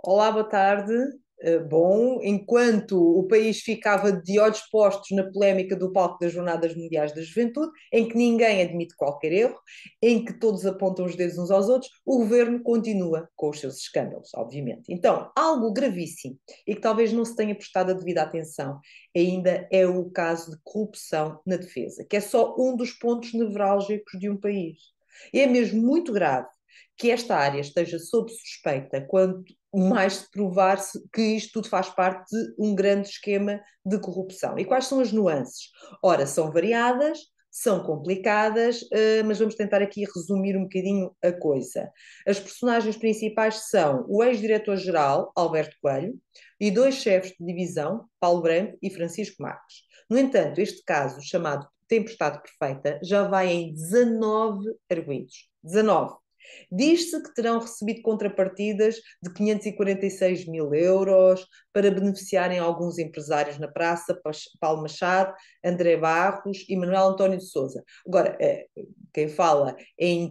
Olá, boa tarde. Bom, enquanto o país ficava de olhos postos na polémica do palco das Jornadas Mundiais da Juventude, em que ninguém admite qualquer erro, em que todos apontam os dedos uns aos outros, o governo continua com os seus escândalos, obviamente. Então, algo gravíssimo e que talvez não se tenha prestado a devida atenção ainda é o caso de corrupção na defesa, que é só um dos pontos nevrálgicos de um país. E é mesmo muito grave que esta área esteja sob suspeita quando mais se provar que isto tudo faz parte de um grande esquema de corrupção. E quais são as nuances? Ora, são variadas, são complicadas, mas vamos tentar aqui resumir um bocadinho a coisa. As personagens principais são o ex-diretor-geral, Alberto Coelho, e dois chefes de divisão, Paulo Branco e Francisco Marques. No entanto, este caso, chamado Tempestade Perfeita, já vai em 19 arguidos. 19. Diz-se que terão recebido contrapartidas de 546 mil euros para beneficiarem alguns empresários na praça, Paulo Machado, André Barros e Manuel António de Sousa. Agora, quem fala em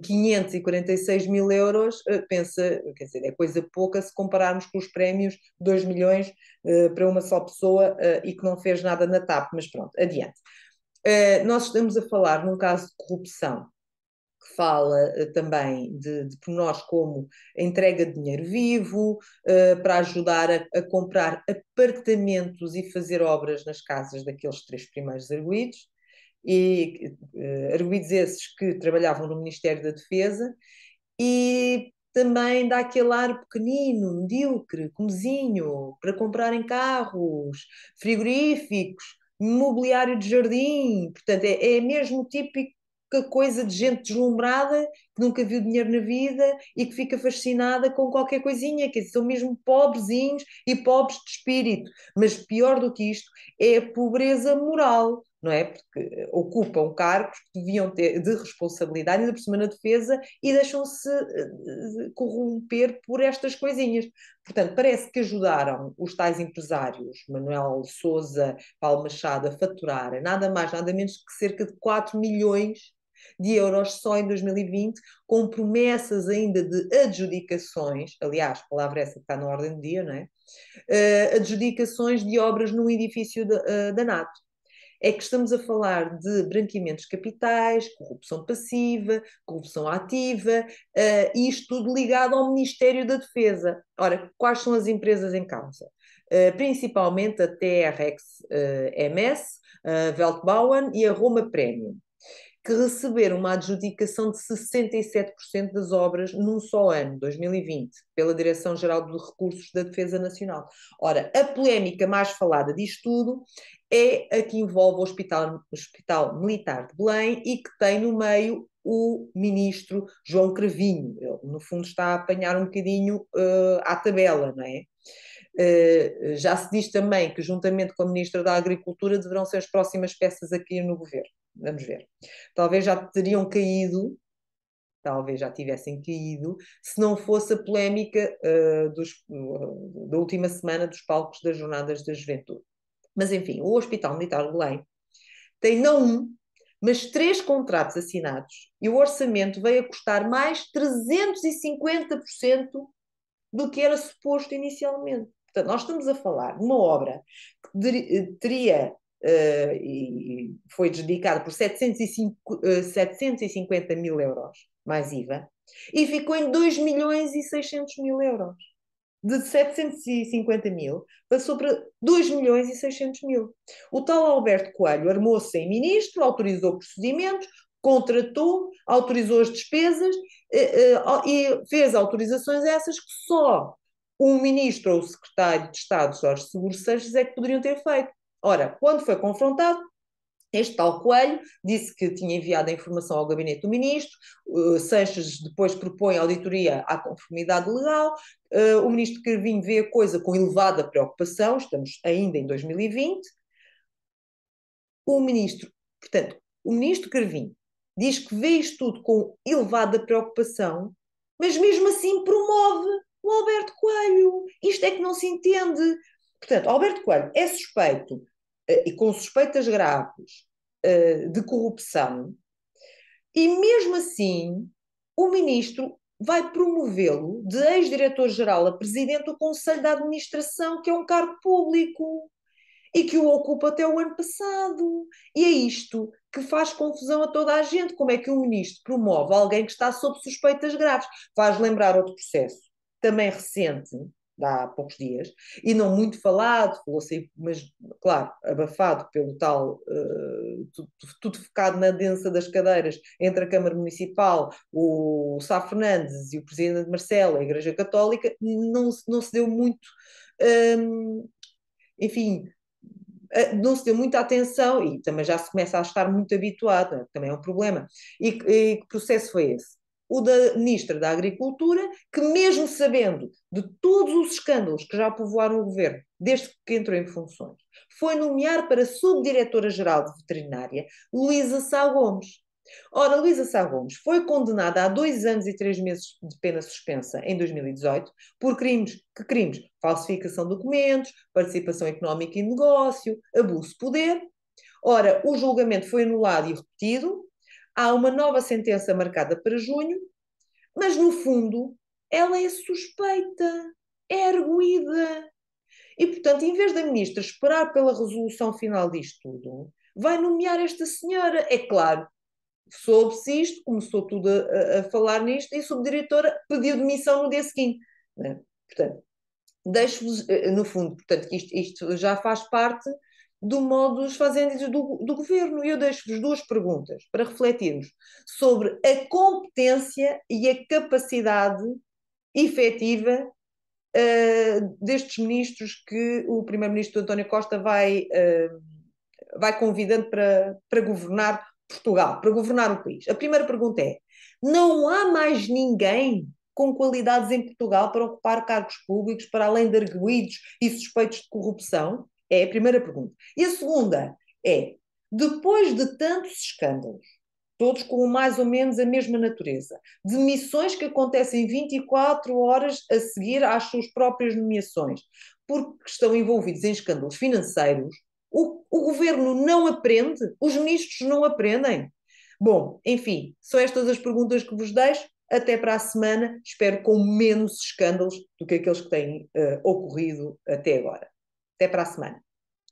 546 mil euros pensa, quer dizer, é coisa pouca se compararmos com os prémios de 2 milhões para uma só pessoa e que não fez nada na TAP, mas pronto, adiante. Nós estamos a falar num caso de corrupção que fala também de pormenores como a entrega de dinheiro vivo, para ajudar a comprar apartamentos e fazer obras nas casas daqueles três primeiros arguidos, e arguidos esses que trabalhavam no Ministério da Defesa, e também dá aquele ar pequenino, medíocre, comezinho, para comprarem carros, frigoríficos, mobiliário de jardim. Portanto, é mesmo típico coisa de gente deslumbrada que nunca viu dinheiro na vida e que fica fascinada com qualquer coisinha, que são mesmo pobrezinhos e pobres de espírito. Mas pior do que isto é a pobreza moral, não é? Porque ocupam cargos que deviam ter de responsabilidade, ainda por cima na defesa, e deixam-se corromper por estas coisinhas. Portanto, parece que ajudaram os tais empresários, Manuel Sousa, Paulo Machado, a faturar nada mais, nada menos que cerca de 4 milhões de euros só em 2020, com promessas ainda de adjudicações, aliás, a palavra essa que está na ordem do dia, não é? Adjudicações de obras no edifício da NATO. É que estamos a falar de branqueamentos capitais, corrupção passiva, corrupção ativa, isto tudo ligado ao Ministério da Defesa. Ora, quais são as empresas em causa? Principalmente a TRX MS, a Weltbauern e a Roma Premium, que receberam uma adjudicação de 67% das obras num só ano, 2020, pela Direção-Geral de Recursos da Defesa Nacional. Ora, a polémica mais falada disto tudo é a que envolve o Hospital Militar de Belém e que tem no meio o ministro João Cravinho. Ele, no fundo, está a apanhar um bocadinho à tabela, não é? Já se diz também que, juntamente com a Ministra da Agricultura, deverão ser as próximas peças a cair no governo. Vamos ver. Talvez já teriam caído, talvez já tivessem caído, se não fosse a polémica da última semana dos palcos das Jornadas da Juventude. Mas, enfim, o Hospital Militar de Belém tem não um, mas três contratos assinados e o orçamento veio a custar mais 350% do que era suposto inicialmente. Portanto, nós estamos a falar de uma obra que teria e foi dedicada por 750 mil euros, mais IVA, e ficou em 2 milhões e 600 mil euros. De 750 mil, passou para 2 milhões e 600 mil. O tal Alberto Coelho armou-se em ministro, autorizou procedimentos, contratou, autorizou as despesas e fez autorizações essas que só o ministro ou o secretário de Estado, Jorge Seguro Sanches, é que poderiam ter feito. Ora, quando foi confrontado, este tal Coelho disse que tinha enviado a informação ao gabinete do ministro, Sanches depois propõe auditoria à conformidade legal, o ministro Carvinho vê a coisa com elevada preocupação, estamos ainda em 2020, o ministro, portanto, o ministro Carvinho diz que vê isto tudo com elevada preocupação, mas mesmo assim promove o Alberto Coelho. Isto é que não se entende. Portanto, Alberto Coelho é suspeito, e com suspeitas graves, de corrupção, e mesmo assim o ministro vai promovê-lo de ex-diretor-geral a presidente do Conselho de Administração, que é um cargo público e que o ocupa até o ano passado. E é isto que faz confusão a toda a gente. Como é que um ministro promove alguém que está sob suspeitas graves? Faz lembrar outro processo, também recente, de há poucos dias, e não muito falado, falou-se, mas, claro, abafado pelo tal, tudo focado na densa das cadeiras entre a Câmara Municipal, o Sá Fernandes e o Presidente de Marcelo, a Igreja Católica, não se deu muito, enfim, não se deu muita atenção e também já se começa a estar muito habituado, né? Também é um problema. E que processo foi esse? O da Ministra da Agricultura, que mesmo sabendo de todos os escândalos que já povoaram o governo, desde que entrou em funções, foi nomear para Subdiretora-Geral de Veterinária Luísa Sá Gomes. Ora, Luísa Sá Gomes foi condenada a 2 anos e 3 meses de pena suspensa em 2018 por crimes, que crimes? Falsificação de documentos, participação económica em negócio, abuso de poder. Ora, o julgamento foi anulado e repetido, há uma nova sentença marcada para junho, mas no fundo ela é suspeita, é arguída. E, portanto, em vez da ministra esperar pela resolução final disto tudo, vai nomear esta senhora. É claro, soube-se isto, começou tudo a falar nisto e a subdiretora pediu demissão no dia seguinte. Né? Portanto, deixo-vos, no fundo, portanto, que isto já faz parte do modo dos fazendas do governo. E eu deixo-vos duas perguntas para refletirmos sobre a competência e a capacidade efetiva destes ministros que o primeiro-ministro António Costa vai convidando para governar Portugal, para governar o país. A primeira pergunta é: não há mais ninguém com qualidades em Portugal para ocupar cargos públicos, para além de arguidos e suspeitos de corrupção? É a primeira pergunta. E a segunda é: depois de tantos escândalos, todos com mais ou menos a mesma natureza, demissões que acontecem 24 horas a seguir às suas próprias nomeações, porque estão envolvidos em escândalos financeiros, o governo não aprende? Os ministros não aprendem? Bom, enfim, são estas as perguntas que vos deixo. Até para a semana, espero com menos escândalos do que aqueles que têm ocorrido até agora. Até para a semana.